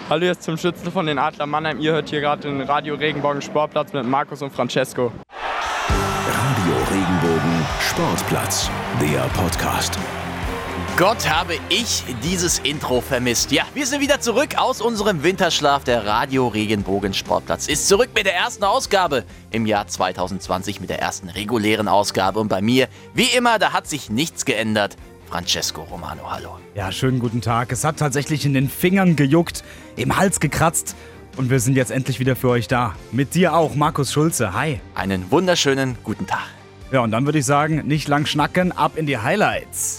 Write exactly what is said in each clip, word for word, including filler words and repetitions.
Hallo, hier ist zum Schützen von den Adler Mannheim. Ihr hört hier gerade den Radio Regenbogen Sportplatz mit Markus und Francesco. Radio Regenbogen Sportplatz, der Podcast. Gott, habe ich dieses Intro vermisst. Ja, wir sind wieder zurück aus unserem Winterschlaf. Der Radio Regenbogen Sportplatz ist zurück mit der ersten Ausgabe im Jahr zwanzig zwanzig, mit der ersten regulären Ausgabe. Und bei mir, wie immer, da hat sich nichts geändert. Francesco Romano, hallo. Ja, schönen guten Tag. Es hat tatsächlich in den Fingern gejuckt, im Hals gekratzt und wir sind jetzt endlich wieder für euch da. Mit dir auch, Markus Schulze. Hi. Einen wunderschönen guten Tag. Ja, und dann würde ich sagen, nicht lang schnacken, ab in die Highlights.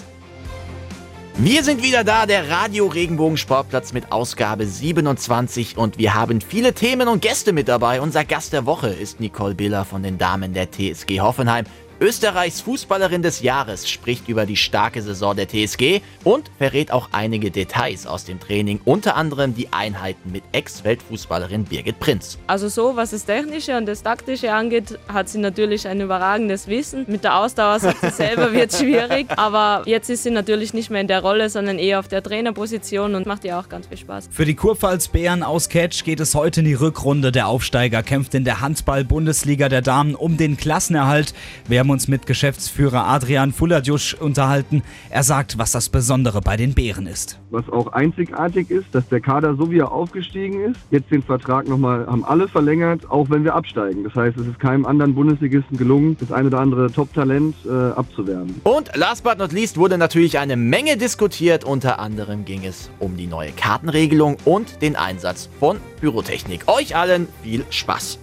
Wir sind wieder da, der Radio Regenbogen Sportplatz mit Ausgabe siebenundzwanzig und wir haben viele Themen und Gäste mit dabei. Unser Gast der Woche ist Nicole Biller von den Damen der T S G Hoffenheim. Österreichs Fußballerin des Jahres spricht über die starke Saison der T S G und verrät auch einige Details aus dem Training, unter anderem die Einheiten mit Ex-Weltfußballerin Birgit Prinz. Also so, was das Technische und das Taktische angeht, hat sie natürlich ein überragendes Wissen. Mit der Ausdauer, sagt sie selber, wird es schwierig, aber jetzt ist sie natürlich nicht mehr in der Rolle, sondern eher auf der Trainerposition und macht ihr auch ganz viel Spaß. Für die Kurpfalz-Bären aus Ketsch geht es heute in die Rückrunde. Der Aufsteiger kämpft in der Handball-Bundesliga der Damen um den Klassenerhalt. Wir haben uns mit Geschäftsführer Adrian Fuladjusch unterhalten. Er sagt, was das Besondere bei den Bären ist. Was auch einzigartig ist, dass der Kader, so wie er aufgestiegen ist, jetzt den Vertrag nochmal, haben alle verlängert, auch wenn wir absteigen. Das heißt, es ist keinem anderen Bundesligisten gelungen, das eine oder andere Top-Talent äh, abzuwerben. Und last but not least wurde natürlich eine Menge diskutiert. Unter anderem ging es um die neue Kartenregelung und den Einsatz von Pyrotechnik. Euch allen viel Spaß!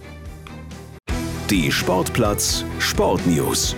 Die Sportplatz Sportnews.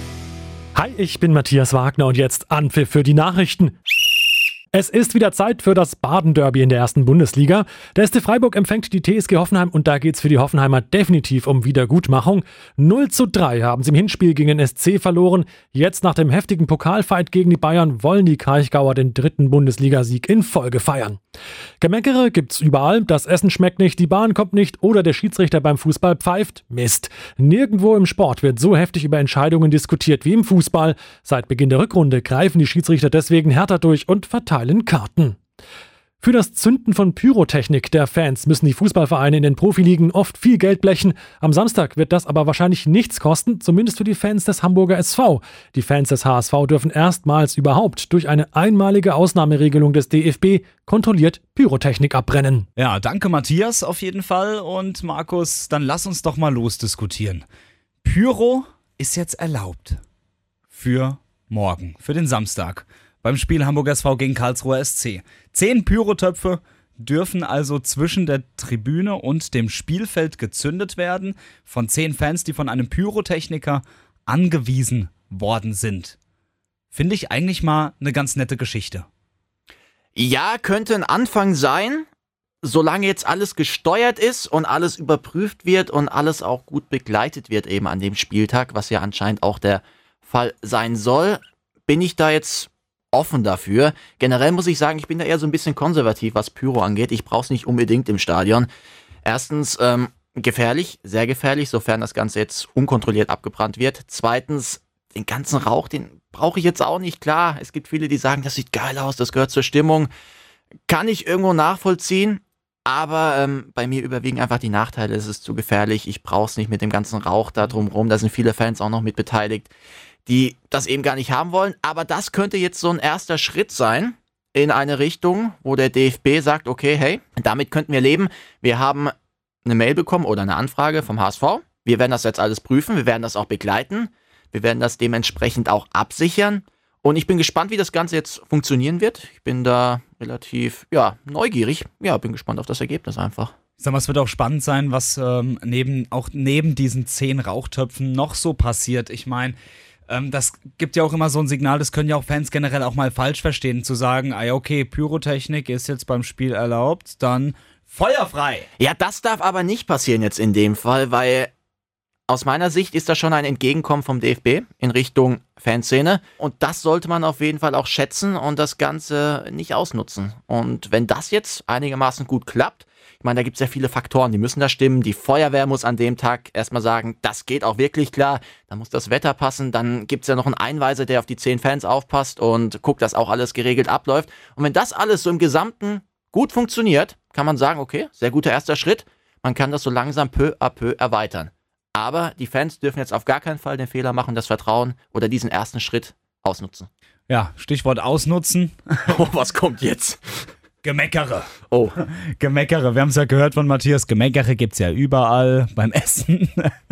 Hi, ich bin Matthias Wagner und jetzt Anpfiff für die Nachrichten. Es ist wieder Zeit für das Baden-Derby in der ersten Bundesliga. Der S C Freiburg empfängt die T S G Hoffenheim und da geht's für die Hoffenheimer definitiv um Wiedergutmachung. null zu drei haben sie im Hinspiel gegen den S C verloren. Jetzt nach dem heftigen Pokalfight gegen die Bayern wollen die Kraichgauer den dritten Bundesligasieg in Folge feiern. Gemeckere gibt's überall, das Essen schmeckt nicht, die Bahn kommt nicht oder der Schiedsrichter beim Fußball pfeift. Mist. Nirgendwo im Sport wird so heftig über Entscheidungen diskutiert wie im Fußball. Seit Beginn der Rückrunde greifen die Schiedsrichter deswegen härter durch und verteilen Karten. Für das Zünden von Pyrotechnik der Fans müssen die Fußballvereine in den Profiligen oft viel Geld blechen. Am Samstag wird das aber wahrscheinlich nichts kosten, zumindest für die Fans des Hamburger S V. Die Fans des H S V dürfen erstmals überhaupt durch eine einmalige Ausnahmeregelung des D F B kontrolliert Pyrotechnik abbrennen. Ja, danke Matthias auf jeden Fall und Markus, dann lass uns doch mal losdiskutieren. Pyro ist jetzt erlaubt. Für morgen, für den Samstag. Beim Spiel Hamburger S V gegen Karlsruher S C. Zehn Pyrotöpfe dürfen also zwischen der Tribüne und dem Spielfeld gezündet werden von zehn Fans, die von einem Pyrotechniker angewiesen worden sind. Finde ich eigentlich mal eine ganz nette Geschichte. Ja, könnte ein Anfang sein, solange jetzt alles gesteuert ist und alles überprüft wird und alles auch gut begleitet wird eben an dem Spieltag, was ja anscheinend auch der Fall sein soll, bin ich da jetzt offen dafür. Generell muss ich sagen, ich bin da eher so ein bisschen konservativ, was Pyro angeht. Ich brauche es nicht unbedingt im Stadion. Erstens, ähm, gefährlich, sehr gefährlich, sofern das Ganze jetzt unkontrolliert abgebrannt wird. Zweitens, den ganzen Rauch, den brauche ich jetzt auch nicht. Klar, es gibt viele, die sagen, das sieht geil aus, das gehört zur Stimmung. Kann ich irgendwo nachvollziehen, aber ähm, bei mir überwiegen einfach die Nachteile. Es ist zu gefährlich, ich brauche es nicht mit dem ganzen Rauch da drumherum. Da sind viele Fans auch noch mit beteiligt, die das eben gar nicht haben wollen. Aber das könnte jetzt so ein erster Schritt sein in eine Richtung, wo der D F B sagt, okay, hey, damit könnten wir leben. Wir haben eine Mail bekommen oder eine Anfrage vom H S V. Wir werden das jetzt alles prüfen, wir werden das auch begleiten. Wir werden das dementsprechend auch absichern. Und ich bin gespannt, wie das Ganze jetzt funktionieren wird. Ich bin da relativ, ja, neugierig. Ja, bin gespannt auf das Ergebnis einfach. Ich sag mal, es wird auch spannend sein, was ähm, neben, auch neben diesen zehn Rauchtöpfen noch so passiert. Ich meine, Ähm, das gibt ja auch immer so ein Signal, das können ja auch Fans generell auch mal falsch verstehen, zu sagen, ah ja, okay, Pyrotechnik ist jetzt beim Spiel erlaubt, dann feuerfrei. Ja, das darf aber nicht passieren jetzt in dem Fall, weil aus meiner Sicht ist das schon ein Entgegenkommen vom D F B in Richtung Fanszene und das sollte man auf jeden Fall auch schätzen und das Ganze nicht ausnutzen. Und wenn das jetzt einigermaßen gut klappt, ich meine, da gibt es ja viele Faktoren, die müssen da stimmen. Die Feuerwehr muss an dem Tag erstmal sagen, das geht auch wirklich klar. Dann muss das Wetter passen. Dann gibt es ja noch einen Einweiser, der auf die zehn Fans aufpasst und guckt, dass auch alles geregelt abläuft. Und wenn das alles so im Gesamten gut funktioniert, kann man sagen, okay, sehr guter erster Schritt. Man kann das so langsam peu à peu erweitern. Aber die Fans dürfen jetzt auf gar keinen Fall den Fehler machen, das Vertrauen oder diesen ersten Schritt ausnutzen. Ja, Stichwort ausnutzen. Oh, was kommt jetzt? Gemeckere. Oh. Gemeckere. Wir haben es ja gehört von Matthias. Gemeckere gibt es ja überall beim Essen.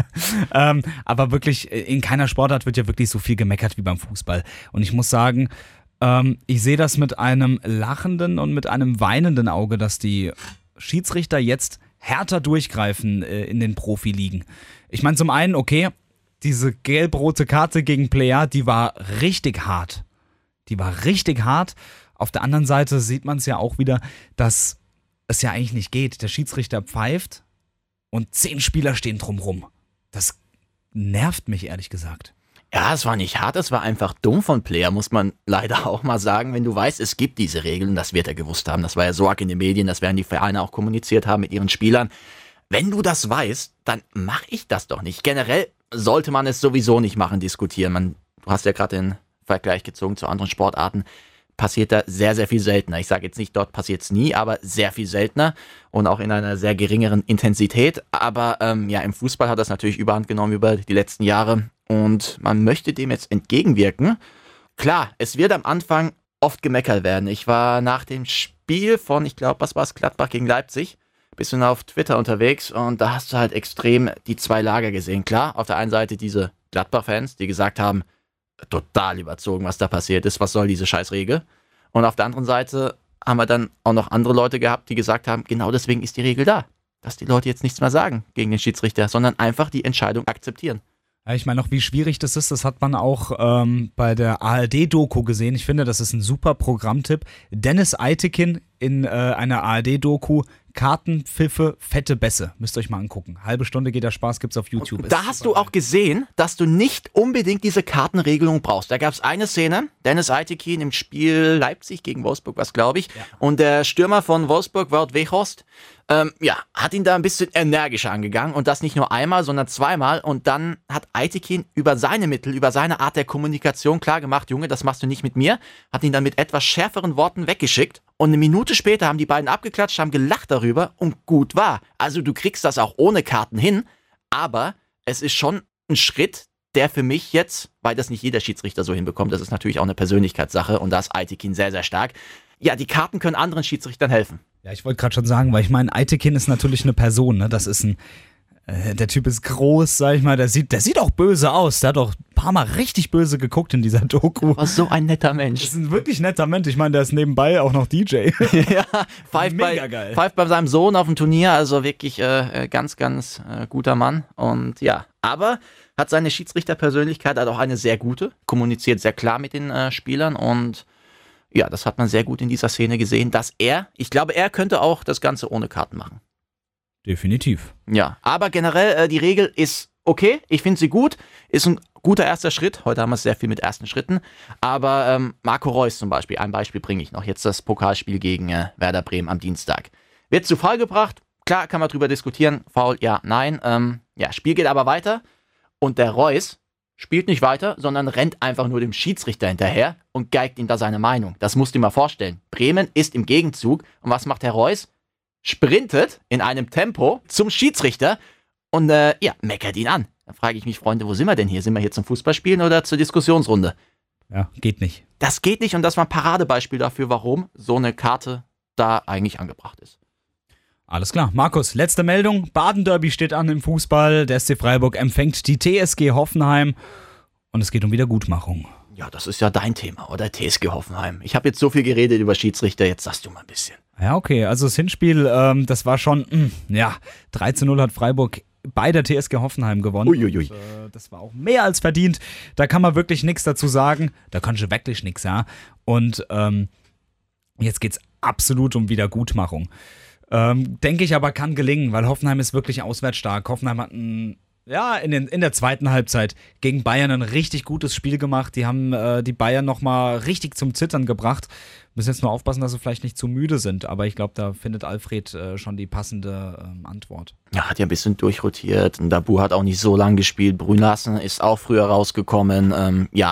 ähm, aber wirklich, in keiner Sportart wird ja wirklich so viel gemeckert wie beim Fußball. Und ich muss sagen, ähm, ich sehe das mit einem lachenden und mit einem weinenden Auge, dass die Schiedsrichter jetzt härter durchgreifen äh, in den Profiligen. Ich meine, zum einen, okay, diese gelb-rote Karte gegen Plea, die war richtig hart. Die war richtig hart. Auf der anderen Seite sieht man es ja auch wieder, dass es ja eigentlich nicht geht. Der Schiedsrichter pfeift und zehn Spieler stehen drumrum. Das nervt mich, ehrlich gesagt. Ja, es war nicht hart, es war einfach dumm von Player, muss man leider auch mal sagen. Wenn du weißt, es gibt diese Regeln, das wird er gewusst haben. Das war ja so arg in den Medien, das werden die Vereine auch kommuniziert haben mit ihren Spielern. Wenn du das weißt, dann mache ich das doch nicht. Generell sollte man es sowieso nicht machen, diskutieren. Man, du hast ja gerade den Vergleich gezogen zu anderen Sportarten. Passiert da sehr, sehr viel seltener. Ich sage jetzt nicht, dort passiert es nie, aber sehr viel seltener und auch in einer sehr geringeren Intensität. Aber ähm, ja, im Fußball hat das natürlich überhand genommen über die letzten Jahre und man möchte dem jetzt entgegenwirken. Klar, es wird am Anfang oft gemeckert werden. Ich war nach dem Spiel von, ich glaube, was war es, Gladbach gegen Leipzig, bisschen auf Twitter unterwegs und da hast du halt extrem die zwei Lager gesehen. Klar, auf der einen Seite diese Gladbach-Fans, die gesagt haben, total überzogen, was da passiert ist. Was soll diese Scheißregel? Und auf der anderen Seite haben wir dann auch noch andere Leute gehabt, die gesagt haben, genau deswegen ist die Regel da. Dass die Leute jetzt nichts mehr sagen gegen den Schiedsrichter, sondern einfach die Entscheidung akzeptieren. Ja, ich meine auch, wie schwierig das ist, das hat man auch ähm, bei der A R D-Doku gesehen. Ich finde, das ist ein super Programmtipp. Dennis Eitekin in äh, einer A R D-Doku, Kartenpfiffe, fette Bässe. Müsst ihr euch mal angucken. Halbe Stunde geht der Spaß, gibt's auf YouTube. Da hast du auch gesehen, dass du nicht unbedingt diese Kartenregelung brauchst. Da gab es eine Szene, Dennis Eitekin im Spiel Leipzig gegen Wolfsburg, was glaube ich. Ja. Und der Stürmer von Wolfsburg, Wout Weghorst, ähm, ja, hat ihn da ein bisschen energischer angegangen. Und das nicht nur einmal, sondern zweimal. Und dann hat Eitekin über seine Mittel, über seine Art der Kommunikation klargemacht, Junge, das machst du nicht mit mir. Hat ihn dann mit etwas schärferen Worten weggeschickt. Und eine Minute später haben die beiden abgeklatscht, haben gelacht darüber und gut war. Also du kriegst das auch ohne Karten hin, aber es ist schon ein Schritt, der für mich jetzt, weil das nicht jeder Schiedsrichter so hinbekommt, das ist natürlich auch eine Persönlichkeitssache und da ist Eitekin sehr, sehr stark. Ja, die Karten können anderen Schiedsrichtern helfen. Ja, ich wollte gerade schon sagen, weil ich meine, Eitekin ist natürlich eine Person, ne? Das ist ein, äh, der Typ ist groß, sag ich mal, der sieht, der sieht auch böse aus, der hat auch ein paar Mal richtig böse geguckt in dieser Doku. Was so ein netter Mensch. Das ist ein wirklich netter Mensch, ich meine, der ist nebenbei auch noch D J. Ja, pfeift bei, pfeift bei seinem Sohn auf dem Turnier, also wirklich äh, ganz, ganz äh, guter Mann und ja, aber hat seine Schiedsrichterpersönlichkeit, hat auch eine sehr gute, kommuniziert sehr klar mit den äh, Spielern und ja, das hat man sehr gut in dieser Szene gesehen, dass er, ich glaube, er könnte auch das Ganze ohne Karten machen. Definitiv. Ja, aber generell, äh, die Regel ist okay, ich finde sie gut, ist ein guter erster Schritt, heute haben wir es sehr viel mit ersten Schritten, aber ähm, Marco Reus zum Beispiel, ein Beispiel bringe ich noch, jetzt das Pokalspiel gegen äh, Werder Bremen am Dienstag. Wird zu Fall gebracht, klar, kann man drüber diskutieren, Foul, ja, nein, ähm, ja, Spiel geht aber weiter und der Reus spielt nicht weiter, sondern rennt einfach nur dem Schiedsrichter hinterher und geigt ihm da seine Meinung. Das musst du dir mal vorstellen. Bremen ist im Gegenzug und was macht Herr Reus? Sprintet in einem Tempo zum Schiedsrichter und äh, ja, meckert ihn an. Da frage ich mich, Freunde, wo sind wir denn hier? Sind wir hier zum Fußballspielen oder zur Diskussionsrunde? Ja, geht nicht. Das geht nicht und das war ein Paradebeispiel dafür, warum so eine Karte da eigentlich angebracht ist. Alles klar. Markus, letzte Meldung. Baden-Derby steht an im Fußball. Der S C Freiburg empfängt die T S G Hoffenheim und es geht um Wiedergutmachung. Ja, das ist ja dein Thema, oder? T S G Hoffenheim. Ich habe jetzt so viel geredet über Schiedsrichter, jetzt sagst du mal ein bisschen. Ja, okay. Also das Hinspiel, ähm, das war schon, mh, ja, drei zu null hat Freiburg bei der T S G Hoffenheim gewonnen. Uiuiui. Und, äh, das war auch mehr als verdient. Da kann man wirklich nichts dazu sagen. Da kannst du wirklich nichts, ja. Und ähm, jetzt geht's absolut um Wiedergutmachung. Ähm, denke ich aber, kann gelingen, weil Hoffenheim ist wirklich auswärts stark. Hoffenheim hat ein, ja, in, den, in der zweiten Halbzeit gegen Bayern ein richtig gutes Spiel gemacht. Die haben äh, die Bayern nochmal richtig zum Zittern gebracht. Müssen jetzt nur aufpassen, dass sie vielleicht nicht zu müde sind. Aber ich glaube, da findet Alfred äh, schon die passende ähm, Antwort. Ja, hat ja ein bisschen durchrotiert. Und Dabu hat auch nicht so lange gespielt. Brünlasen ist auch früher rausgekommen. Ähm, ja,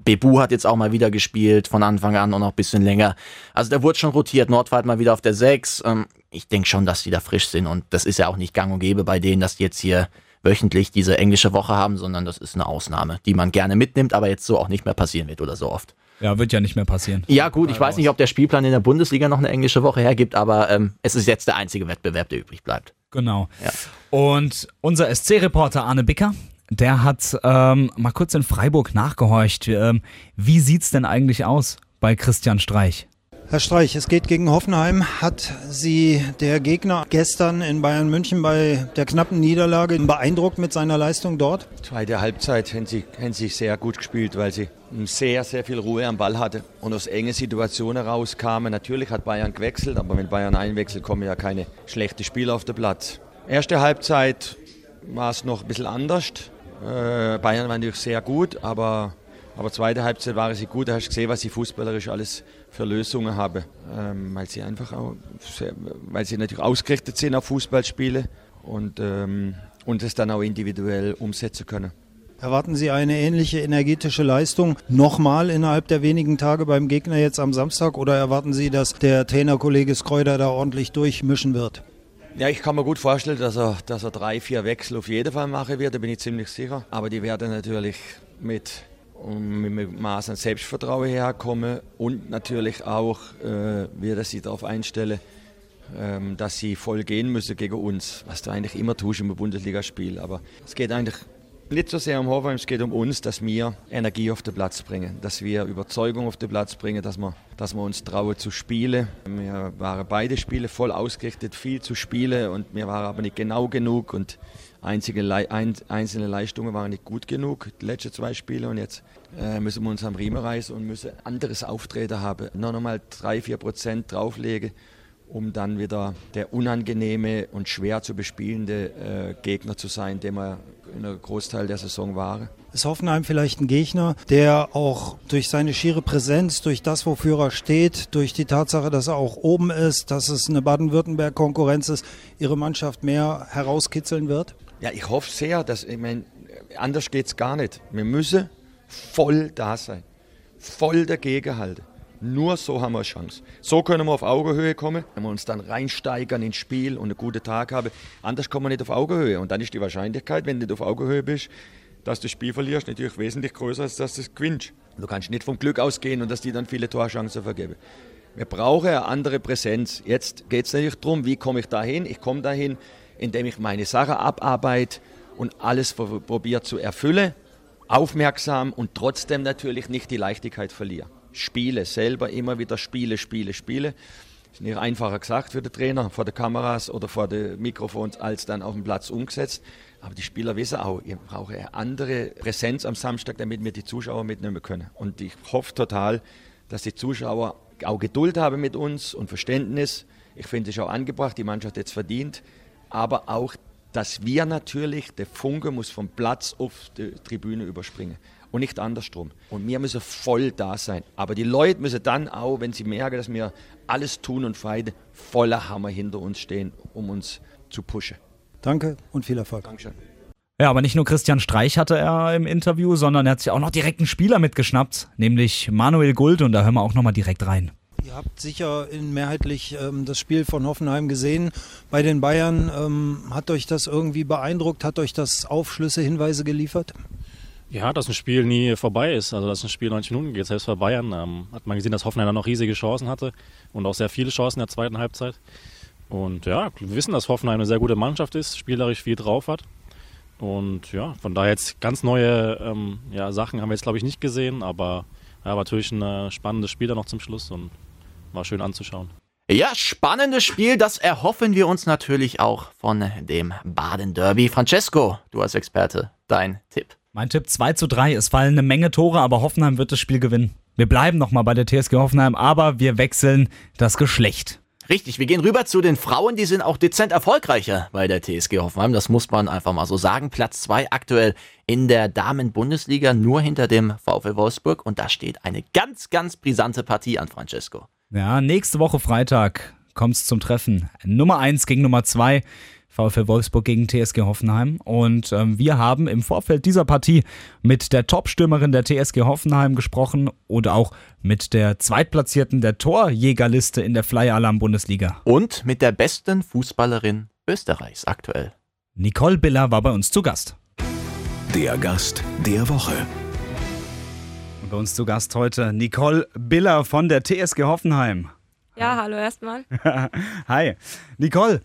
Bebu hat jetzt auch mal wieder gespielt, von Anfang an und noch ein bisschen länger. Also da wurde schon rotiert, Nordwald mal wieder auf der sechs. Ähm, ich denke schon, dass die da frisch sind und das ist ja auch nicht gang und gäbe bei denen, dass die jetzt hier wöchentlich diese englische Woche haben, sondern das ist eine Ausnahme, die man gerne mitnimmt, aber jetzt so auch nicht mehr passieren wird oder so oft. Ja, wird ja nicht mehr passieren. Ja gut, ich weiß nicht, ob der Spielplan in der Bundesliga noch eine englische Woche hergibt, aber ähm, es ist jetzt der einzige Wettbewerb, der übrig bleibt. Genau. Ja. Und unser S C-Reporter Arne Bicker, der hat ähm, mal kurz in Freiburg nachgehorcht. Ähm, wie sieht's denn eigentlich aus bei Christian Streich? Herr Streich, es geht gegen Hoffenheim. Hat Sie der Gegner gestern in Bayern München bei der knappen Niederlage beeindruckt mit seiner Leistung dort? Zweite Halbzeit haben sie, haben sie sehr gut gespielt, weil sie sehr, sehr viel Ruhe am Ball hatte und aus engen Situationen rauskamen. Natürlich hat Bayern gewechselt, aber wenn Bayern einwechselt, kommen ja keine schlechten Spieler auf den Platz. Erste Halbzeit war es noch ein bisschen anders. Äh, Bayern war natürlich sehr gut, aber... Aber zweite Halbzeit waren sie gut, da hast du gesehen, was sie fußballerisch alles für Lösungen haben. Ähm, weil sie einfach auch, sehr, weil sie natürlich ausgerichtet sind auf Fußballspiele und, ähm, und es dann auch individuell umsetzen können. Erwarten Sie eine ähnliche energetische Leistung nochmal innerhalb der wenigen Tage beim Gegner jetzt am Samstag oder erwarten Sie, dass der Trainerkollege Schreuder da ordentlich durchmischen wird? Ja, ich kann mir gut vorstellen, dass er, dass er drei, vier Wechsel auf jeden Fall machen wird, da bin ich ziemlich sicher. Aber die werden natürlich mit... und mit Maß an Selbstvertrauen herkommen und natürlich auch, äh, wie das sie darauf einstellen, ähm, dass sie voll gehen müssen gegen uns, was du eigentlich immer tust im Bundesligaspiel. Aber es geht eigentlich nicht so sehr um Hoffenheim, es geht um uns, dass wir Energie auf den Platz bringen, dass wir Überzeugung auf den Platz bringen, dass wir, dass wir uns trauen zu spielen. Wir waren beide Spiele voll ausgerichtet, viel zu spielen und wir waren aber nicht genau genug und Einzige Le- ein, einzelne Leistungen waren nicht gut genug, die letzten zwei Spiele. Und jetzt äh, müssen wir uns am Riemen reißen und müssen anderes Auftreten haben. Noch einmal drei bis vier Prozent drauflegen, um dann wieder der unangenehme und schwer zu bespielende äh, Gegner zu sein, den wir in einem Großteil der Saison waren. Ist Hoffenheim vielleicht ein Gegner, der auch durch seine schiere Präsenz, durch das, wofür er steht, durch die Tatsache, dass er auch oben ist, dass es eine Baden-Württemberg-Konkurrenz ist, ihre Mannschaft mehr herauskitzeln wird? Ja, ich hoffe sehr, dass, ich meine, anders geht es gar nicht. Wir müssen voll da sein, voll dagegen halten. Nur so haben wir eine Chance. So können wir auf Augenhöhe kommen, wenn wir uns dann reinsteigern ins Spiel und einen guten Tag haben. Anders kommen wir nicht auf Augenhöhe. Und dann ist die Wahrscheinlichkeit, wenn du nicht auf Augenhöhe bist, dass du das Spiel verlierst, natürlich wesentlich größer, als dass du es gewinnst. Du kannst nicht vom Glück ausgehen und dass die dann viele Torchancen vergeben. Wir brauchen eine andere Präsenz. Jetzt geht es natürlich darum, wie komme ich dahin? Ich komme dahin, indem ich meine Sache abarbeite und alles probiere zu erfüllen, aufmerksam und trotzdem natürlich nicht die Leichtigkeit verliere. Spiele selber, immer wieder Spiele, Spiele, Spiele. Das ist nicht einfacher gesagt für den Trainer, vor den Kameras oder vor den Mikrofons, als dann auf dem Platz umgesetzt. Aber die Spieler wissen auch, ich brauche eine andere Präsenz am Samstag, damit wir die Zuschauer mitnehmen können. Und ich hoffe total, dass die Zuschauer auch Geduld haben mit uns und Verständnis. Ich finde, es ist auch angebracht, die Mannschaft jetzt verdient. Aber auch, dass wir natürlich, der Funke muss vom Platz auf die Tribüne überspringen und nicht andersrum. Und wir müssen voll da sein. Aber die Leute müssen dann auch, wenn sie merken, dass wir alles tun und feiden, voller Hammer hinter uns stehen, um uns zu pushen. Danke und viel Erfolg. Dankeschön. Ja, aber nicht nur Christian Streich hatte er im Interview, sondern er hat sich auch noch direkt einen Spieler mitgeschnappt, nämlich Manuel Guld, und da hören wir auch nochmal direkt rein. Ihr habt sicher in mehrheitlich ähm, das Spiel von Hoffenheim gesehen. Bei den Bayern, ähm, hat euch das irgendwie beeindruckt? Hat euch das Aufschlüsse, Hinweise geliefert? Ja, dass ein Spiel nie vorbei ist, also dass ein Spiel neunzig Minuten geht, selbst bei Bayern, ähm, hat man gesehen, dass Hoffenheim dann noch riesige Chancen hatte und auch sehr viele Chancen in der zweiten Halbzeit. Und ja, wir wissen, dass Hoffenheim eine sehr gute Mannschaft ist, spielerisch viel drauf hat. Und ja, von daher jetzt ganz neue ähm, ja, Sachen haben wir jetzt, glaube ich, nicht gesehen, aber ja, war natürlich ein äh, spannendes Spiel dann noch zum Schluss und war schön anzuschauen. Ja, spannendes Spiel, das erhoffen wir uns natürlich auch von dem Baden-Derby. Francesco, du als Experte, dein Tipp. Mein Tipp zwei zu drei. Es fallen eine Menge Tore, aber Hoffenheim wird das Spiel gewinnen. Wir bleiben nochmal bei der T S G Hoffenheim, aber wir wechseln das Geschlecht. Richtig, wir gehen rüber zu den Frauen, die sind auch dezent erfolgreicher bei der T S G Hoffenheim, das muss man einfach mal so sagen. Platz zwei aktuell in der Damen-Bundesliga, nur hinter dem VfL Wolfsburg, und da steht eine ganz, ganz brisante Partie an, Francesco. Ja, nächste Woche Freitag kommt es zum Treffen. Nummer eins gegen Nummer zwei. VfL Wolfsburg gegen T S G Hoffenheim. Und ähm, wir haben im Vorfeld dieser Partie mit der Top-Stürmerin der T S G Hoffenheim gesprochen und auch mit der Zweitplatzierten der Torjägerliste in der Flyer-Alarm-Bundesliga. Und mit der besten Fußballerin Österreichs aktuell. Nicole Biller war bei uns zu Gast. Der Gast der Woche. Und bei uns zu Gast heute Nicole Biller von der T S G Hoffenheim. Ja, hallo erstmal. Hi. Nicole,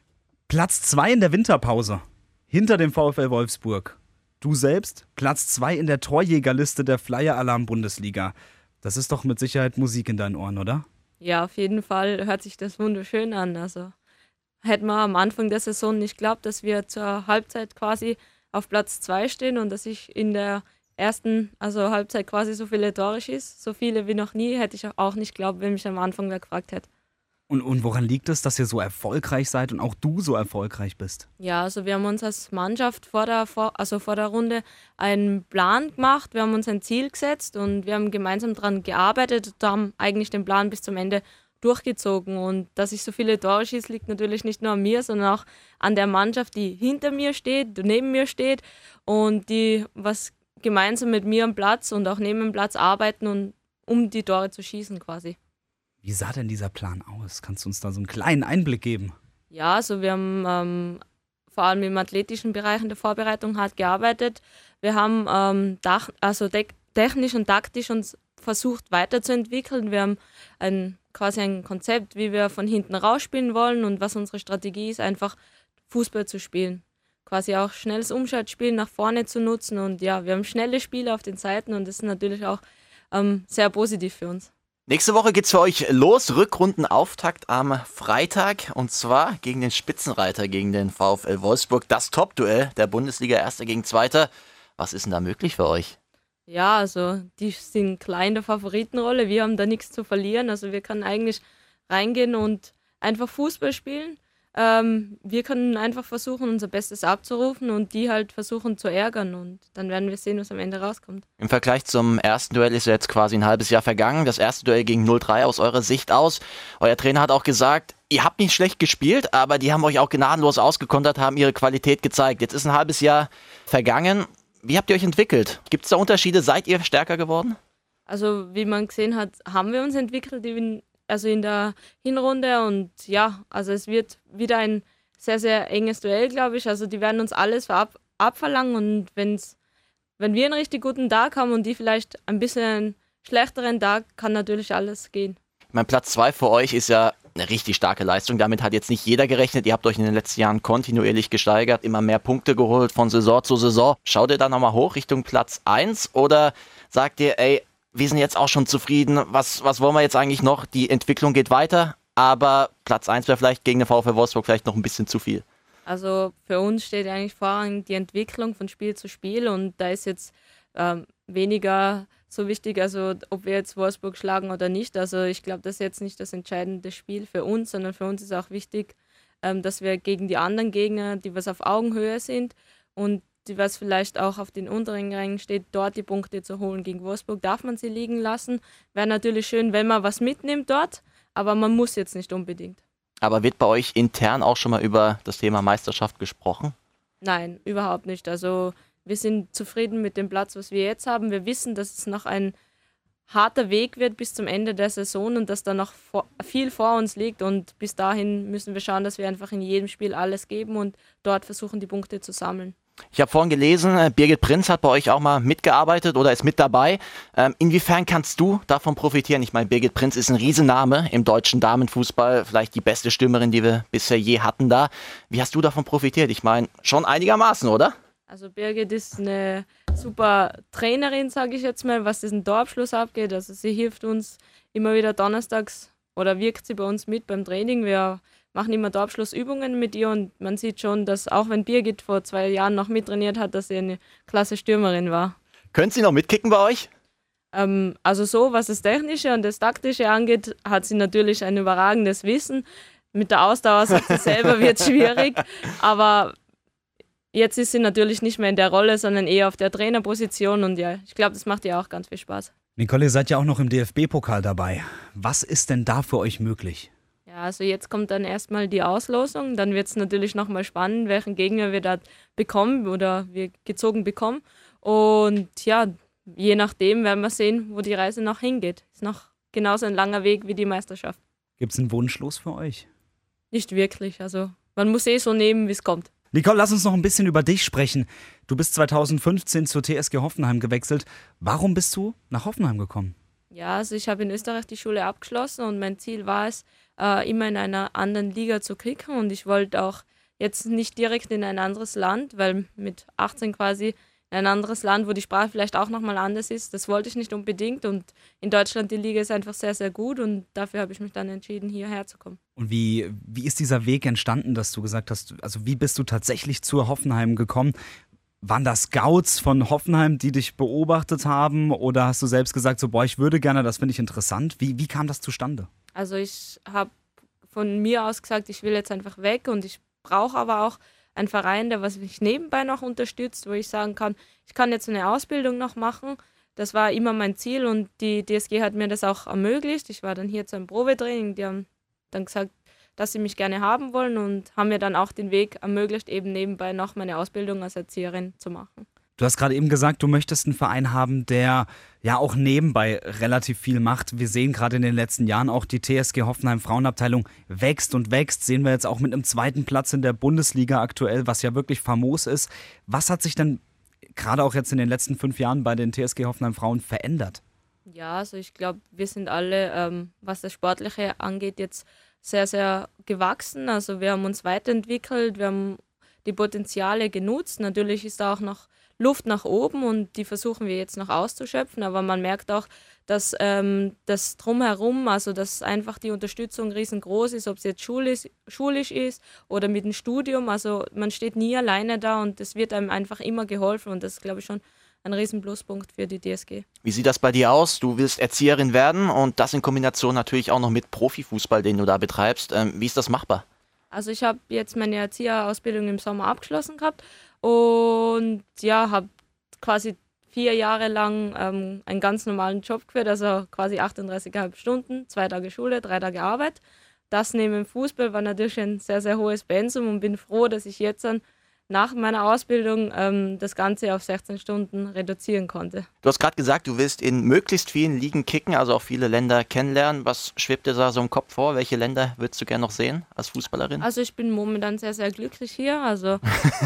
Platz zwei in der Winterpause, hinter dem VfL Wolfsburg. Du selbst, Platz zwei in der Torjägerliste der Flyer-Alarm-Bundesliga. Das ist doch mit Sicherheit Musik in deinen Ohren, oder? Ja, auf jeden Fall hört sich das wunderschön an. Also hätten wir am Anfang der Saison nicht geglaubt, dass wir zur Halbzeit quasi auf Platz zwei stehen und dass ich in der ersten, also Halbzeit quasi so viele Tore schieße, so viele wie noch nie, hätte ich auch nicht geglaubt, wenn mich am Anfang wer gefragt hätte. Und, und woran liegt es, dass ihr so erfolgreich seid und auch du so erfolgreich bist? Ja, also wir haben uns als Mannschaft vor der, vor, also vor der Runde einen Plan gemacht, wir haben uns ein Ziel gesetzt und wir haben gemeinsam daran gearbeitet und haben eigentlich den Plan bis zum Ende durchgezogen. Und dass ich so viele Tore schieße, liegt natürlich nicht nur an mir, sondern auch an der Mannschaft, die hinter mir steht, neben mir steht und die was gemeinsam mit mir am Platz und auch neben dem Platz arbeiten, und, um die Tore zu schießen quasi. Wie sah denn dieser Plan aus? Kannst du uns da so einen kleinen Einblick geben? Ja, also wir haben ähm, vor allem im athletischen Bereich in der Vorbereitung hart gearbeitet. Wir haben ähm, dach, also te- technisch und taktisch uns versucht weiterzuentwickeln. Wir haben ein, quasi ein Konzept, wie wir von hinten rausspielen wollen und was unsere Strategie ist, einfach Fußball zu spielen. Quasi auch schnelles Umschaltspiel nach vorne zu nutzen. Und ja, wir haben schnelle Spiele auf den Seiten und das ist natürlich auch ähm, sehr positiv für uns. Nächste Woche geht's für euch los. Rückrundenauftakt am Freitag und zwar gegen den Spitzenreiter, gegen den VfL Wolfsburg. Das Top-Duell der Bundesliga, Erster gegen Zweiter. Was ist denn da möglich für euch? Ja, also die sind klar in der Favoritenrolle. Wir haben da nichts zu verlieren. Also wir können eigentlich reingehen und einfach Fußball spielen. Ähm, wir können einfach versuchen, unser Bestes abzurufen und die halt versuchen zu ärgern. Und dann werden wir sehen, was am Ende rauskommt. Im Vergleich zum ersten Duell ist ja jetzt quasi ein halbes Jahr vergangen. Das erste Duell ging null drei aus eurer Sicht aus. Euer Trainer hat auch gesagt, ihr habt nicht schlecht gespielt, aber die haben euch auch gnadenlos ausgekontert, haben ihre Qualität gezeigt. Jetzt ist ein halbes Jahr vergangen. Wie habt ihr euch entwickelt? Gibt es da Unterschiede? Seid ihr stärker geworden? Also wie man gesehen hat, haben wir uns entwickelt, also in der Hinrunde. Und ja, also es wird wieder ein sehr, sehr enges Duell, glaube ich. Also die werden uns alles ab, abverlangen und wenn's, wenn wir einen richtig guten Tag haben und die vielleicht ein bisschen einen schlechteren Tag, kann natürlich alles gehen. Mein Platz zwei für euch ist ja eine richtig starke Leistung. Damit hat jetzt nicht jeder gerechnet. Ihr habt euch in den letzten Jahren kontinuierlich gesteigert, immer mehr Punkte geholt von Saison zu Saison. Schaut ihr da nochmal hoch Richtung Platz eins oder sagt ihr, ey, wir sind jetzt auch schon zufrieden, was, was wollen wir jetzt eigentlich noch? Die Entwicklung geht weiter, aber Platz eins wäre vielleicht gegen den VfL Wolfsburg vielleicht noch ein bisschen zu viel. Also für uns steht eigentlich vorrangig die Entwicklung von Spiel zu Spiel und da ist jetzt ähm, weniger so wichtig, also ob wir jetzt Wolfsburg schlagen oder nicht. Also ich glaube, das ist jetzt nicht das entscheidende Spiel für uns, sondern für uns ist auch wichtig, ähm, dass wir gegen die anderen Gegner, die was auf Augenhöhe sind und die was vielleicht auch auf den unteren Rängen steht, dort die Punkte zu holen. Gegen Wolfsburg darf man sie liegen lassen. Wäre natürlich schön, wenn man was mitnimmt dort, aber man muss jetzt nicht unbedingt. Aber wird bei euch intern auch schon mal über das Thema Meisterschaft gesprochen? Nein, überhaupt nicht. Also wir sind zufrieden mit dem Platz, was wir jetzt haben. Wir wissen, dass es noch ein harter Weg wird bis zum Ende der Saison und dass da noch vor, viel vor uns liegt. Und bis dahin müssen wir schauen, dass wir einfach in jedem Spiel alles geben und dort versuchen, die Punkte zu sammeln. Ich habe vorhin gelesen, Birgit Prinz hat bei euch auch mal mitgearbeitet oder ist mit dabei. Ähm, inwiefern kannst du davon profitieren? Ich meine, Birgit Prinz ist ein Riesenname im deutschen Damenfußball, vielleicht die beste Stürmerin, die wir bisher je hatten da. Wie hast du davon profitiert? Ich meine, schon einigermaßen, oder? Also Birgit ist eine super Trainerin, sage ich jetzt mal, was diesen Torabschluss abgeht. Also sie hilft uns immer wieder donnerstags oder wirkt sie bei uns mit beim Training. Wir machen immer Torabschlussübungen mit ihr und man sieht schon, dass auch wenn Birgit vor zwei Jahren noch mittrainiert hat, dass sie eine klasse Stürmerin war. Können Sie noch mitkicken bei euch? Ähm, also so, was das Technische und das Taktische angeht, hat sie natürlich ein überragendes Wissen. Mit der Ausdauer, sagt sie selber, wird es schwierig, aber jetzt ist sie natürlich nicht mehr in der Rolle, sondern eher auf der Trainerposition und ja, ich glaube, das macht ihr auch ganz viel Spaß. Nicole, ihr seid ja auch noch im D F B-Pokal dabei. Was ist denn da für euch möglich? Ja, Ja, also jetzt kommt dann erstmal die Auslosung, dann wird es natürlich nochmal spannend, welchen Gegner wir da bekommen oder wir gezogen bekommen. Und ja, je nachdem werden wir sehen, wo die Reise noch hingeht. Ist noch genauso ein langer Weg wie die Meisterschaft. Gibt es einen Wunschlos für euch? Nicht wirklich, also man muss eh so nehmen, wie es kommt. Nicole, lass uns noch ein bisschen über dich sprechen. Du bist zweitausendfünfzehn zur T S G Hoffenheim gewechselt. Warum bist du nach Hoffenheim gekommen? Ja, also ich habe in Österreich die Schule abgeschlossen und mein Ziel war es, äh, immer in einer anderen Liga zu kicken und ich wollte auch jetzt nicht direkt in ein anderes Land, weil mit achtzehn quasi in ein anderes Land, wo die Sprache vielleicht auch nochmal anders ist, das wollte ich nicht unbedingt und in Deutschland die Liga ist einfach sehr, sehr gut und dafür habe ich mich dann entschieden, hierher zu kommen. Und wie, wie ist dieser Weg entstanden, dass du gesagt hast, also wie bist du tatsächlich zur Hoffenheim gekommen? Waren das Scouts von Hoffenheim, die dich beobachtet haben oder hast du selbst gesagt, so boah, ich würde gerne, das finde ich interessant. Wie, wie kam das zustande? Also ich habe von mir aus gesagt, ich will jetzt einfach weg und ich brauche aber auch einen Verein, der was mich nebenbei noch unterstützt, wo ich sagen kann, ich kann jetzt eine Ausbildung noch machen. Das war immer mein Ziel und die D S G hat mir das auch ermöglicht. Ich war dann hier zu einem Probetraining, die haben dann gesagt, dass sie mich gerne haben wollen und haben mir dann auch den Weg ermöglicht, eben nebenbei noch meine Ausbildung als Erzieherin zu machen. Du hast gerade eben gesagt, du möchtest einen Verein haben, der ja auch nebenbei relativ viel macht. Wir sehen gerade in den letzten Jahren auch die T S G Hoffenheim Frauenabteilung wächst und wächst. Sehen wir jetzt auch mit einem zweiten Platz in der Bundesliga aktuell, was ja wirklich famos ist. Was hat sich denn gerade auch jetzt in den letzten fünf Jahren bei den T S G Hoffenheim Frauen verändert? Ja, also ich glaube, wir sind alle, ähm, was das Sportliche angeht, jetzt sehr, sehr gewachsen. Also wir haben uns weiterentwickelt, wir haben die Potenziale genutzt. Natürlich ist da auch noch Luft nach oben und die versuchen wir jetzt noch auszuschöpfen, aber man merkt auch, dass ähm, das Drumherum, also dass einfach die Unterstützung riesengroß ist, ob es jetzt schulisch, schulisch ist oder mit dem Studium, also man steht nie alleine da und es wird einem einfach immer geholfen und das ist, glaube ich, schon ein riesen Pluspunkt für die D S G. Wie sieht das bei dir aus? Du willst Erzieherin werden und das in Kombination natürlich auch noch mit Profifußball, den du da betreibst. Ähm, wie ist das machbar? Also ich habe jetzt meine Erzieherausbildung im Sommer abgeschlossen gehabt und ja, habe quasi vier Jahre lang ähm, einen ganz normalen Job geführt, also quasi achtunddreißig Komma fünf Stunden, zwei Tage Schule, drei Tage Arbeit. Das neben dem Fußball war natürlich ein sehr, sehr hohes Pensum und bin froh, dass ich jetzt dann nach meiner Ausbildung ähm, das Ganze auf sechzehn Stunden reduzieren konnte. Du hast gerade gesagt, du willst in möglichst vielen Ligen kicken, also auch viele Länder kennenlernen. Was schwebt dir da so im Kopf vor? Welche Länder würdest du gerne noch sehen als Fußballerin? Also ich bin momentan sehr, sehr glücklich hier. Also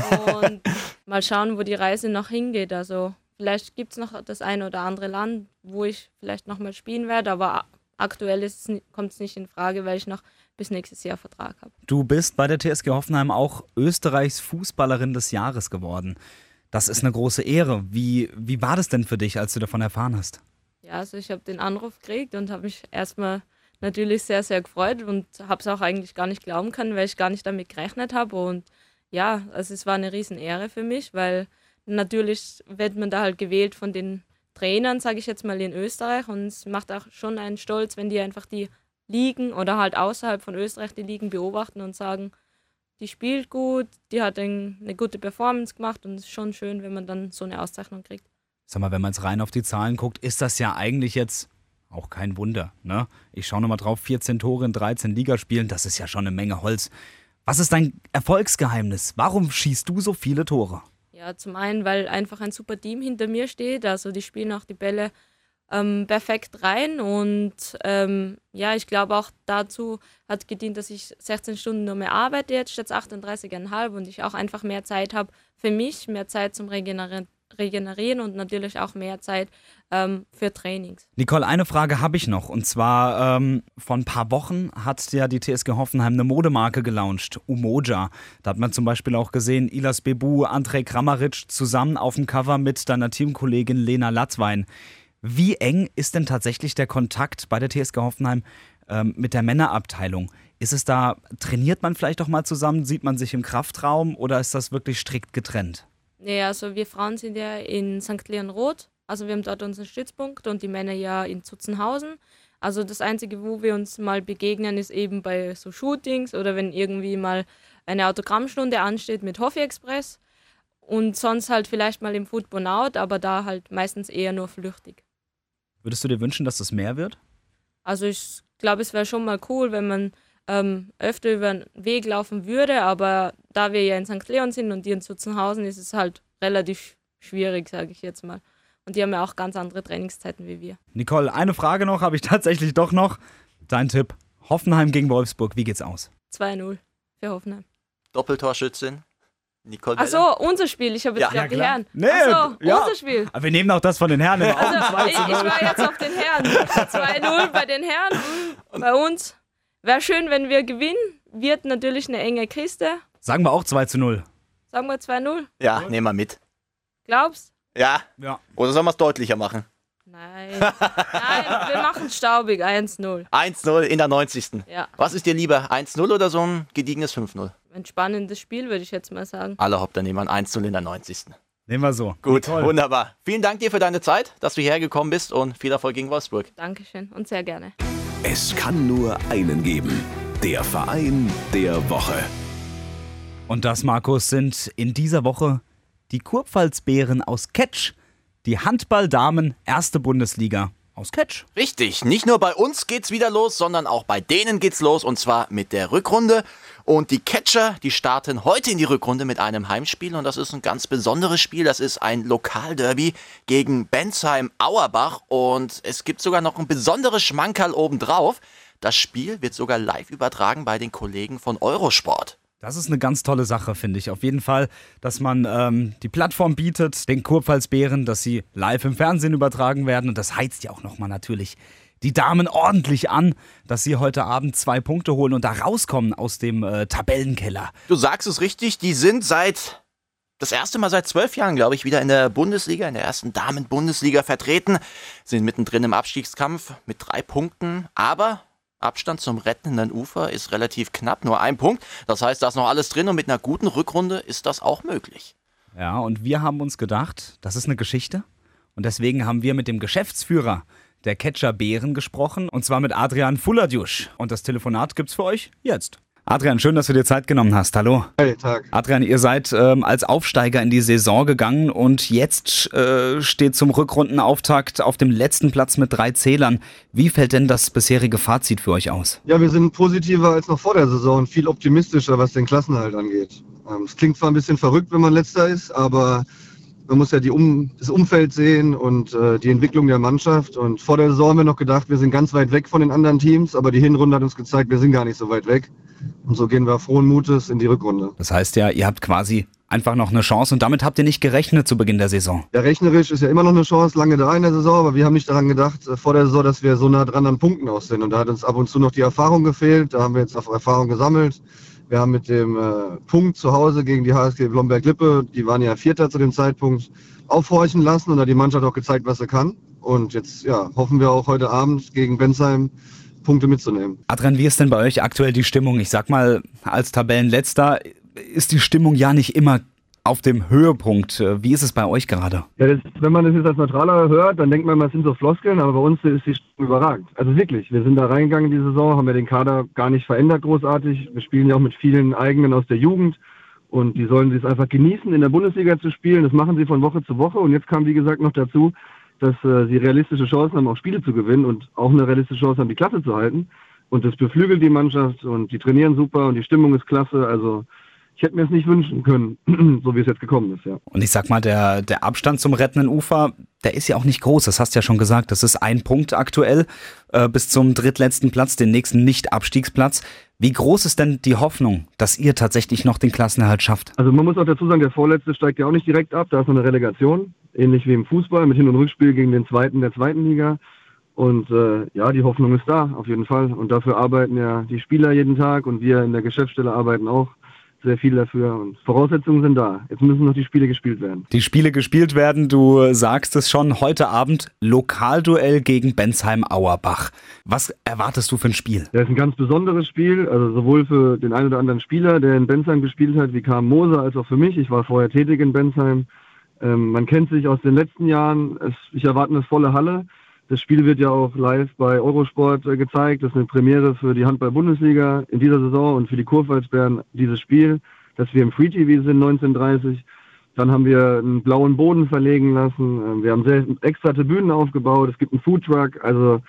und mal schauen, wo die Reise noch hingeht. Also vielleicht gibt es noch das eine oder andere Land, wo ich vielleicht noch mal spielen werde, aber aktuell kommt es nicht in Frage, weil ich noch bis nächstes Jahr Vertrag habe. Du bist bei der T S G Hoffenheim auch Österreichs Fußballerin des Jahres geworden. Das ist eine große Ehre. Wie, wie war das denn für dich, als du davon erfahren hast? Ja, also ich habe den Anruf gekriegt und habe mich erstmal natürlich sehr, sehr gefreut und habe es auch eigentlich gar nicht glauben können, weil ich gar nicht damit gerechnet habe. Und ja, also es war eine riesen Ehre für mich, weil natürlich wird man da halt gewählt von den Trainern, sage ich jetzt mal, in Österreich und es macht auch schon einen stolz, wenn die einfach die Ligen oder halt außerhalb von Österreich die Ligen beobachten und sagen, die spielt gut, die hat ein, eine gute Performance gemacht und es ist schon schön, wenn man dann so eine Auszeichnung kriegt. Sag mal, wenn man jetzt rein auf die Zahlen guckt, ist das ja eigentlich jetzt auch kein Wunder, ne? Ich schaue nochmal drauf, vierzehn Tore in dreizehn Ligaspielen, das ist ja schon eine Menge Holz. Was ist dein Erfolgsgeheimnis? Warum schießt du so viele Tore? Ja, zum einen, weil einfach ein super Team hinter mir steht, also die spielen auch die Bälle ähm, perfekt rein und ähm, ja, ich glaube auch dazu hat gedient, dass ich sechzehn Stunden nur mehr arbeite jetzt statt achtunddreißig Komma fünf und ich auch einfach mehr Zeit habe für mich, mehr Zeit zum Regenerieren, regenerieren und natürlich auch mehr Zeit ähm, für Trainings. Nicole, eine Frage habe ich noch und zwar ähm, vor ein paar Wochen hat ja die T S G Hoffenheim eine Modemarke gelauncht, Umoja. Da hat man zum Beispiel auch gesehen, Ilas Bebu, Andrej Kramaric zusammen auf dem Cover mit deiner Teamkollegin Lena Latwein. Wie eng ist denn tatsächlich der Kontakt bei der T S G Hoffenheim ähm, mit der Männerabteilung? Ist es da, trainiert man vielleicht auch mal zusammen, sieht man sich im Kraftraum oder ist das wirklich strikt getrennt? Nee, also wir Frauen sind ja in Sankt Leon-Roth, also wir haben dort unseren Stützpunkt und die Männer ja in Zutzenhausen. Also das Einzige, wo wir uns mal begegnen, ist eben bei so Shootings oder wenn irgendwie mal eine Autogrammstunde ansteht mit Hoffi Express und sonst halt vielleicht mal im Football Out, aber da halt meistens eher nur flüchtig. Würdest du dir wünschen, dass das mehr wird? Also ich glaube, es wäre schon mal cool, wenn man ähm, öfter über den Weg laufen würde, aber da wir ja in Sankt Leon sind und die in Zutzenhausen, ist es halt relativ schwierig, sage ich jetzt mal. Und die haben ja auch ganz andere Trainingszeiten wie wir. Nicole, eine Frage noch, habe ich tatsächlich doch noch. Dein Tipp, Hoffenheim gegen Wolfsburg, wie geht's aus? zwei null für Hoffenheim. Doppeltorschützin. Nicole Ach so, unser Spiel. Ich habe jetzt Ja, ja, die klar. Herren. Nee, Ach so, ja. unser Spiel. Aber wir nehmen auch das von den Herren immer Also, auf. ich, ich war jetzt auf den Herren. zwei null bei den Herren. Mhm. Bei uns wäre schön, wenn wir gewinnen. Wird natürlich eine enge Kiste. Sagen wir auch zwei zu null. Sagen wir zwei null. Ja, nehmen wir mit. Glaubst? Ja. Ja. Oder sollen wir es deutlicher machen? Nein. Nein, wir machen staubig. eins null. eins null in der neunzigsten Ja. Was ist dir lieber, eins null oder so ein gediegenes fünf null? Ein spannendes Spiel, würde ich jetzt mal sagen. Alle Haupt, dann nehmen wir ein eins null in der neunzigsten Nehmen wir so. Gut, Toll. wunderbar. Vielen Dank dir für deine Zeit, dass du hierher gekommen bist und viel Erfolg gegen Wolfsburg. Dankeschön und sehr gerne. Es kann nur einen geben. Der Verein der Woche. Und das, Markus, sind in dieser Woche die Kurpfalzbären aus Ketsch. Die Handballdamen erste Bundesliga aus Ketsch. Richtig, nicht nur bei uns geht's wieder los, sondern auch bei denen geht's los und zwar mit der Rückrunde. Und die Catcher, die starten heute in die Rückrunde mit einem Heimspiel und das ist ein ganz besonderes Spiel. Das ist ein Lokalderby gegen Bensheim-Auerbach und es gibt sogar noch ein besonderes Schmankerl obendrauf. Das Spiel wird sogar live übertragen bei den Kollegen von Eurosport. Das ist eine ganz tolle Sache, finde ich. Auf jeden Fall, dass man ähm, die Plattform bietet, den Kurpfalzbären, dass sie live im Fernsehen übertragen werden. Und das heizt ja auch nochmal natürlich die Damen ordentlich an, dass sie heute Abend zwei Punkte holen und da rauskommen aus dem äh, Tabellenkeller. Du sagst es richtig, die sind seit, das erste Mal seit zwölf Jahren, glaube ich, wieder in der Bundesliga, in der ersten Damen-Bundesliga vertreten, sind mittendrin im Abstiegskampf mit drei Punkten, aber Abstand zum rettenden Ufer ist relativ knapp, nur ein Punkt. Das heißt, da ist noch alles drin und mit einer guten Rückrunde ist das auch möglich. Ja, und wir haben uns gedacht, das ist eine Geschichte. Und deswegen haben wir mit dem Geschäftsführer der Catcher Bären gesprochen, und zwar mit Adrian Fuladjusch. Und das Telefonat gibt's für euch jetzt. Adrian, schön, dass du dir Zeit genommen hast. Hallo. Hey, Tag. Adrian, ihr seid ähm, als Aufsteiger in die Saison gegangen und jetzt äh, steht zum Rückrundenauftakt auf dem letzten Platz mit drei Zählern. Wie fällt denn das bisherige Fazit für euch aus? Ja, wir sind positiver als noch vor der Saison und viel optimistischer, was den Klassenerhalt angeht. Ähm, es klingt zwar ein bisschen verrückt, wenn man Letzter ist, aber man muss ja die um, das Umfeld sehen und äh, die Entwicklung der Mannschaft. Und vor der Saison haben wir noch gedacht, wir sind ganz weit weg von den anderen Teams, aber die Hinrunde hat uns gezeigt, wir sind gar nicht so weit weg. Und so gehen wir frohen Mutes in die Rückrunde. Das heißt ja, ihr habt quasi einfach noch eine Chance und damit habt ihr nicht gerechnet zu Beginn der Saison. Ja, rechnerisch ist ja immer noch eine Chance, lange da in der Saison, aber wir haben nicht daran gedacht, äh, vor der Saison, dass wir so nah dran an Punkten aus sind. Und da hat uns ab und zu noch die Erfahrung gefehlt, da haben wir jetzt auf Erfahrung gesammelt. Wir haben mit dem äh, Punkt zu Hause gegen die H S G Blomberg-Lippe, die waren ja Vierter zu dem Zeitpunkt, aufhorchen lassen und da hat die Mannschaft auch gezeigt, was sie kann. Und jetzt ja, hoffen wir auch heute Abend gegen Bensheim Punkte mitzunehmen. Adrian, wie ist denn bei euch aktuell die Stimmung? Ich sag mal, als Tabellenletzter ist die Stimmung ja nicht immer auf dem Höhepunkt. Wie ist es bei euch gerade? Ja, das, wenn man das jetzt als Neutraler hört, dann denkt man, das sind so Floskeln, aber bei uns ist die Stimmung überragend. Also wirklich, wir sind da reingegangen in die Saison, haben ja den Kader gar nicht verändert großartig. Wir spielen ja auch mit vielen eigenen aus der Jugend und die sollen es einfach genießen, in der Bundesliga zu spielen. Das machen sie von Woche zu Woche und jetzt kam, wie gesagt, noch dazu, dass äh, sie realistische Chancen haben, auch Spiele zu gewinnen und auch eine realistische Chance haben, die Klasse zu halten. Und das beflügelt die Mannschaft und die trainieren super und die Stimmung ist klasse. Also ich hätte mir es nicht wünschen können, so wie es jetzt gekommen ist, ja. Und ich sag mal, der, der Abstand zum rettenden Ufer, der ist ja auch nicht groß. Das hast du ja schon gesagt. Das ist ein Punkt aktuell äh, bis zum drittletzten Platz, den nächsten Nicht-Abstiegsplatz. Wie groß ist denn die Hoffnung, dass ihr tatsächlich noch den Klassenerhalt schafft? Also man muss auch dazu sagen, der Vorletzte steigt ja auch nicht direkt ab. Da ist noch eine Relegation, ähnlich wie im Fußball, mit Hin- und Rückspiel gegen den Zweiten der zweiten Liga. Und äh, ja, die Hoffnung ist da, auf jeden Fall. Und dafür arbeiten ja die Spieler jeden Tag und wir in der Geschäftsstelle arbeiten auch sehr viel dafür. Und Voraussetzungen sind da. Jetzt müssen noch die Spiele gespielt werden. Die Spiele gespielt werden, du sagst es schon, heute Abend Lokalduell gegen Bensheim-Auerbach. Was erwartest du für ein Spiel? Das ist ein ganz besonderes Spiel, also sowohl für den einen oder anderen Spieler, der in Bensheim gespielt hat, wie Carmen Moser, als auch für mich. Ich war vorher tätig in Bensheim. Ähm, man kennt sich aus den letzten Jahren. Es, ich erwarte eine volle Halle. Das Spiel wird ja auch live bei Eurosport äh, gezeigt. Das ist eine Premiere für die Handball-Bundesliga in dieser Saison und für die Kurpfalzbären dieses Spiel, dass wir im Free-T V sind, neunzehn Uhr dreißig. Dann haben wir einen blauen Boden verlegen lassen. Ähm, wir haben sehr extra Tribünen aufgebaut. Es gibt einen Foodtruck. Also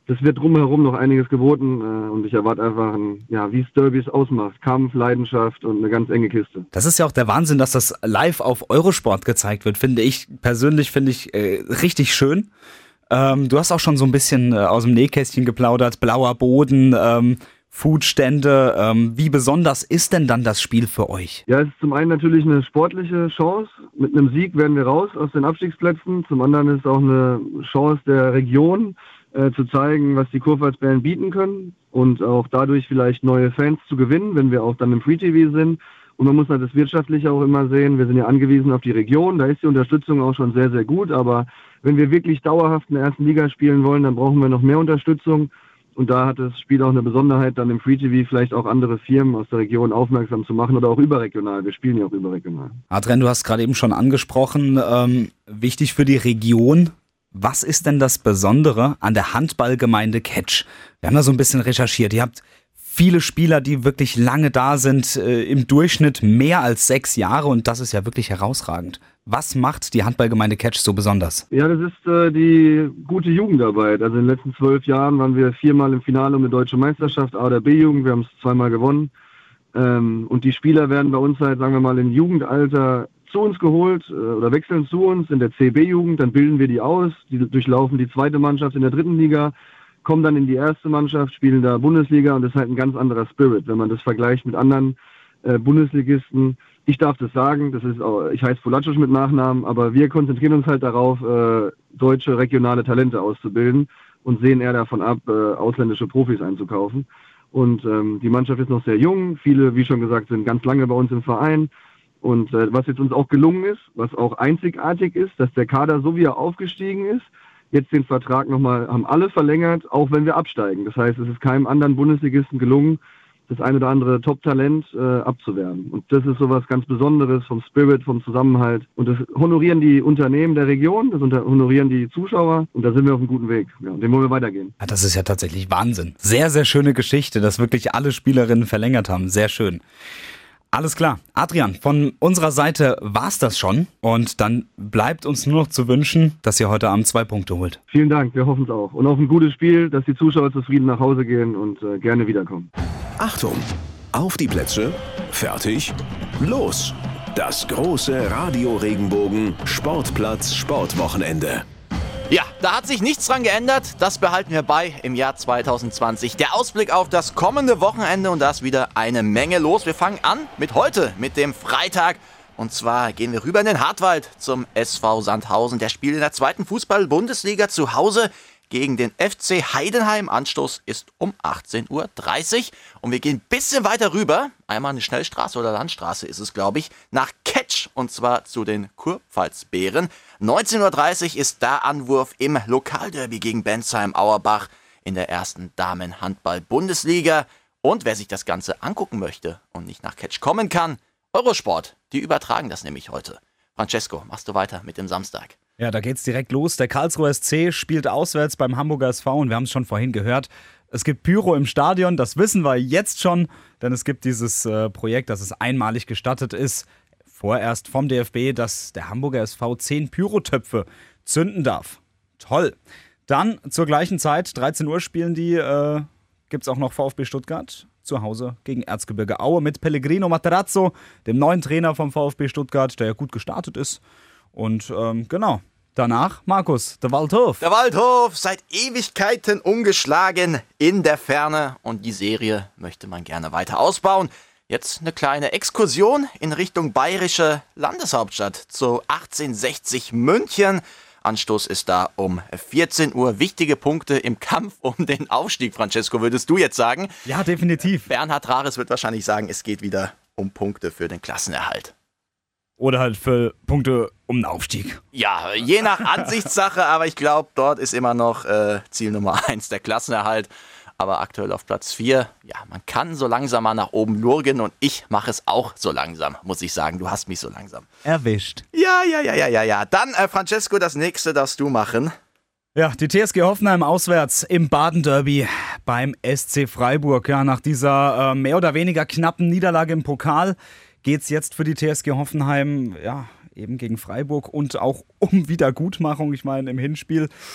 es wird drumherum noch einiges geboten äh, und ich erwarte einfach, ein, ja, wie es Derbys ausmacht. Kampf, Leidenschaft und eine ganz enge Kiste. Das ist ja auch der Wahnsinn, dass das live auf Eurosport gezeigt wird, finde ich persönlich, finde ich äh, richtig schön. Ähm, du hast auch schon so ein bisschen äh, aus dem Nähkästchen geplaudert, blauer Boden, ähm, Foodstände. Ähm, wie besonders ist denn dann das Spiel für euch? Ja, es ist zum einen natürlich eine sportliche Chance. Mit einem Sieg werden wir raus aus den Abstiegsplätzen. Zum anderen ist es auch eine Chance der Region, äh, zu zeigen, was die Kurpfalzbären bieten können und auch dadurch vielleicht neue Fans zu gewinnen, wenn wir auch dann im Free-T V sind. Und man muss halt das Wirtschaftliche auch immer sehen. Wir sind ja angewiesen auf die Region. Da ist die Unterstützung auch schon sehr, sehr gut. Aber wenn wir wirklich dauerhaft in der ersten Liga spielen wollen, dann brauchen wir noch mehr Unterstützung. Und da hat das Spiel auch eine Besonderheit, dann im Free-T V vielleicht auch andere Firmen aus der Region aufmerksam zu machen oder auch überregional. Wir spielen ja auch überregional. Adrian, du hast gerade eben schon angesprochen, ähm, wichtig für die Region. Was ist denn das Besondere an der Handballgemeinde Ketsch? Wir haben da so ein bisschen recherchiert. Ihr habt viele Spieler, die wirklich lange da sind, äh, im Durchschnitt mehr als sechs Jahre und das ist ja wirklich herausragend. Was macht die Handballgemeinde Ketsch so besonders? Ja, das ist äh, die gute Jugendarbeit. Also in den letzten zwölf Jahren waren wir viermal im Finale um eine deutsche Meisterschaft, A oder B-Jugend. Wir haben es zweimal gewonnen. Ähm, und die Spieler werden bei uns halt, sagen wir mal, im Jugendalter zu uns geholt äh, oder wechseln zu uns in der C B-Jugend. Dann bilden wir die aus. Die durchlaufen die zweite Mannschaft in der dritten Liga, kommen dann in die erste Mannschaft, spielen da Bundesliga und das ist halt ein ganz anderer Spirit, wenn man das vergleicht mit anderen äh, Bundesligisten. Ich darf das sagen, das ist auch, ich heiße Polacic mit Nachnamen, aber wir konzentrieren uns halt darauf, äh, deutsche regionale Talente auszubilden und sehen eher davon ab, äh, ausländische Profis einzukaufen. Und ähm, die Mannschaft ist noch sehr jung, viele, wie schon gesagt, sind ganz lange bei uns im Verein. Und äh, was jetzt uns auch gelungen ist, was auch einzigartig ist, dass der Kader, so wie er aufgestiegen ist, jetzt den Vertrag nochmal, haben alle verlängert, auch wenn wir absteigen. Das heißt, es ist keinem anderen Bundesligisten gelungen, das ein oder andere Top-Talent äh, abzuwerben. Und das ist sowas ganz Besonderes vom Spirit, vom Zusammenhalt. Und das honorieren die Unternehmen der Region, das unter- honorieren die Zuschauer. Und da sind wir auf einem guten Weg. Ja, und den wollen wir weitergehen. Ja, das ist ja tatsächlich Wahnsinn. Sehr, sehr schöne Geschichte, dass wirklich alle Spielerinnen verlängert haben. Sehr schön. Alles klar. Adrian, von unserer Seite war's das schon. Und dann bleibt uns nur noch zu wünschen, dass ihr heute Abend zwei Punkte holt. Vielen Dank, wir hoffen es auch. Und auf ein gutes Spiel, dass die Zuschauer zufrieden nach Hause gehen und äh, gerne wiederkommen. Achtung! Auf die Plätze, fertig, los! Das große Radio Regenbogen Sportplatz Sportwochenende. Ja, da hat sich nichts dran geändert. Das behalten wir bei im Jahr zwanzig zwanzig. Der Ausblick auf das kommende Wochenende und da ist wieder eine Menge los. Wir fangen an mit heute, mit dem Freitag. Und zwar gehen wir rüber in den Hartwald zum S V Sandhausen. Der spielt in der zweiten Fußball-Bundesliga zu Hause gegen den F C Heidenheim. Anstoß ist um achtzehn Uhr dreißig. Und wir gehen ein bisschen weiter rüber. Einmal eine Schnellstraße oder Landstraße ist es, glaube ich, nach Ketsch. Und zwar zu den Kurpfalzbären. neunzehn Uhr dreißig ist da Anwurf im Lokalderby gegen Bensheim-Auerbach in der ersten Damen-Handball-Bundesliga. Und wer sich das Ganze angucken möchte und nicht nach Ketsch kommen kann, Eurosport, die übertragen das nämlich heute. Francesco, machst du weiter mit dem Samstag? Ja, da geht's direkt los. Der Karlsruher S C spielt auswärts beim Hamburger S V und wir haben es schon vorhin gehört. Es gibt Pyro im Stadion, das wissen wir jetzt schon, denn es gibt dieses äh, Projekt, dass es einmalig gestattet ist, vorerst vom D F B, dass der Hamburger S V zehn Pyrotöpfe zünden darf. Toll. Dann zur gleichen Zeit, dreizehn Uhr spielen die, äh, gibt es auch noch VfB Stuttgart zu Hause gegen Erzgebirge Aue mit Pellegrino Materazzo, dem neuen Trainer vom VfB Stuttgart, der ja gut gestartet ist. Und ähm, genau, danach Markus, der Waldhof. Der Waldhof, seit Ewigkeiten ungeschlagen in der Ferne und die Serie möchte man gerne weiter ausbauen. Jetzt eine kleine Exkursion in Richtung bayerische Landeshauptstadt zu achtzehnhundertsechzig München. Anstoß ist da um vierzehn Uhr. Wichtige Punkte im Kampf um den Aufstieg, Francesco, würdest du jetzt sagen? Ja, definitiv. Bernhard Rares wird wahrscheinlich sagen, es geht wieder um Punkte für den Klassenerhalt. Oder halt für Punkte um den Aufstieg. Ja, je nach Ansichtssache, aber ich glaube, dort ist immer noch äh, Ziel Nummer eins der Klassenerhalt. Aber aktuell auf Platz vier, ja, man kann so langsam mal nach oben lurgen und ich mache es auch so langsam, muss ich sagen. Du hast mich so langsam erwischt. Ja, ja, ja, ja, ja, ja. Dann, äh, Francesco, das nächste darfst du machen. Ja, die T S G Hoffenheim auswärts im Baden-Derby beim S C Freiburg. Ja, nach dieser äh, mehr oder weniger knappen Niederlage im Pokal geht's jetzt für die T S G Hoffenheim, ja, eben gegen Freiburg und auch um Wiedergutmachung. Ich meine, im Hinspiel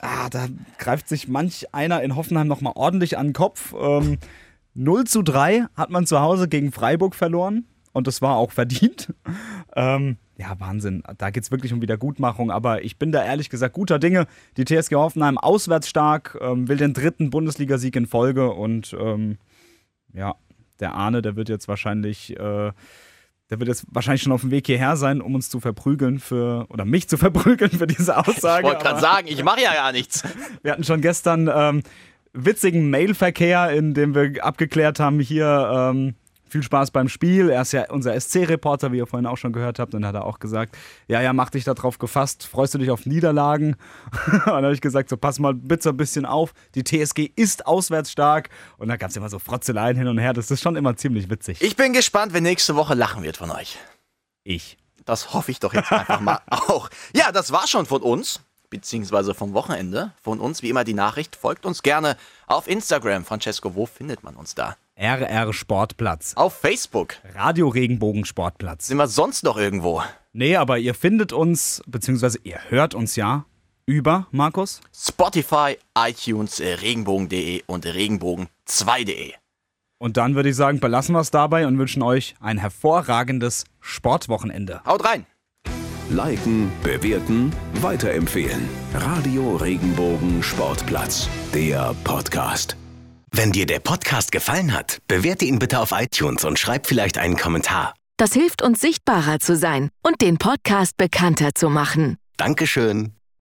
ah, da greift sich manch einer in Hoffenheim nochmal ordentlich an den Kopf. Ähm, null zu drei hat man zu Hause gegen Freiburg verloren und das war auch verdient. Ähm, ja, Wahnsinn. Da geht es wirklich um Wiedergutmachung, aber ich bin da ehrlich gesagt guter Dinge. Die T S G Hoffenheim auswärts stark, ähm, will den dritten Bundesligasieg in Folge und ähm, ja, der Arne, der wird jetzt wahrscheinlich, äh, der wird jetzt wahrscheinlich schon auf dem Weg hierher sein, um uns zu verprügeln für, oder mich zu verprügeln für diese Aussage. Ich wollte gerade sagen, ich mache ja gar nichts. Wir hatten schon gestern ähm, witzigen Mailverkehr, in dem wir abgeklärt haben, hier ähm, viel Spaß beim Spiel. Er ist ja unser S C-Reporter, wie ihr vorhin auch schon gehört habt. Und dann hat er auch gesagt, ja, ja, mach dich da drauf gefasst. Freust du dich auf Niederlagen? Und dann habe ich gesagt, so pass mal bitte ein bisschen auf. Die T S G ist auswärts stark. Und da gab es immer so Frotzeleien hin und her. Das ist schon immer ziemlich witzig. Ich bin gespannt, wer nächste Woche lachen wird von euch. Ich. Das hoffe ich doch jetzt einfach mal auch. Ja, das war schon von uns, beziehungsweise vom Wochenende. Von uns wie immer die Nachricht. Folgt uns gerne auf Instagram. Francesco, wo findet man uns da? R R Sportplatz. Auf Facebook. Radio Regenbogen Sportplatz. Sind wir sonst noch irgendwo? Nee, aber ihr findet uns, beziehungsweise ihr hört uns ja über, Markus? Spotify, iTunes, regenbogen punkt de und regenbogen zwei punkt de. Und dann würde ich sagen, belassen wir es dabei und wünschen euch ein hervorragendes Sportwochenende. Haut rein! Liken, bewerten, weiterempfehlen. Radio Regenbogen Sportplatz, der Podcast. Wenn dir der Podcast gefallen hat, bewerte ihn bitte auf iTunes und schreib vielleicht einen Kommentar. Das hilft uns, sichtbarer zu sein und den Podcast bekannter zu machen. Dankeschön.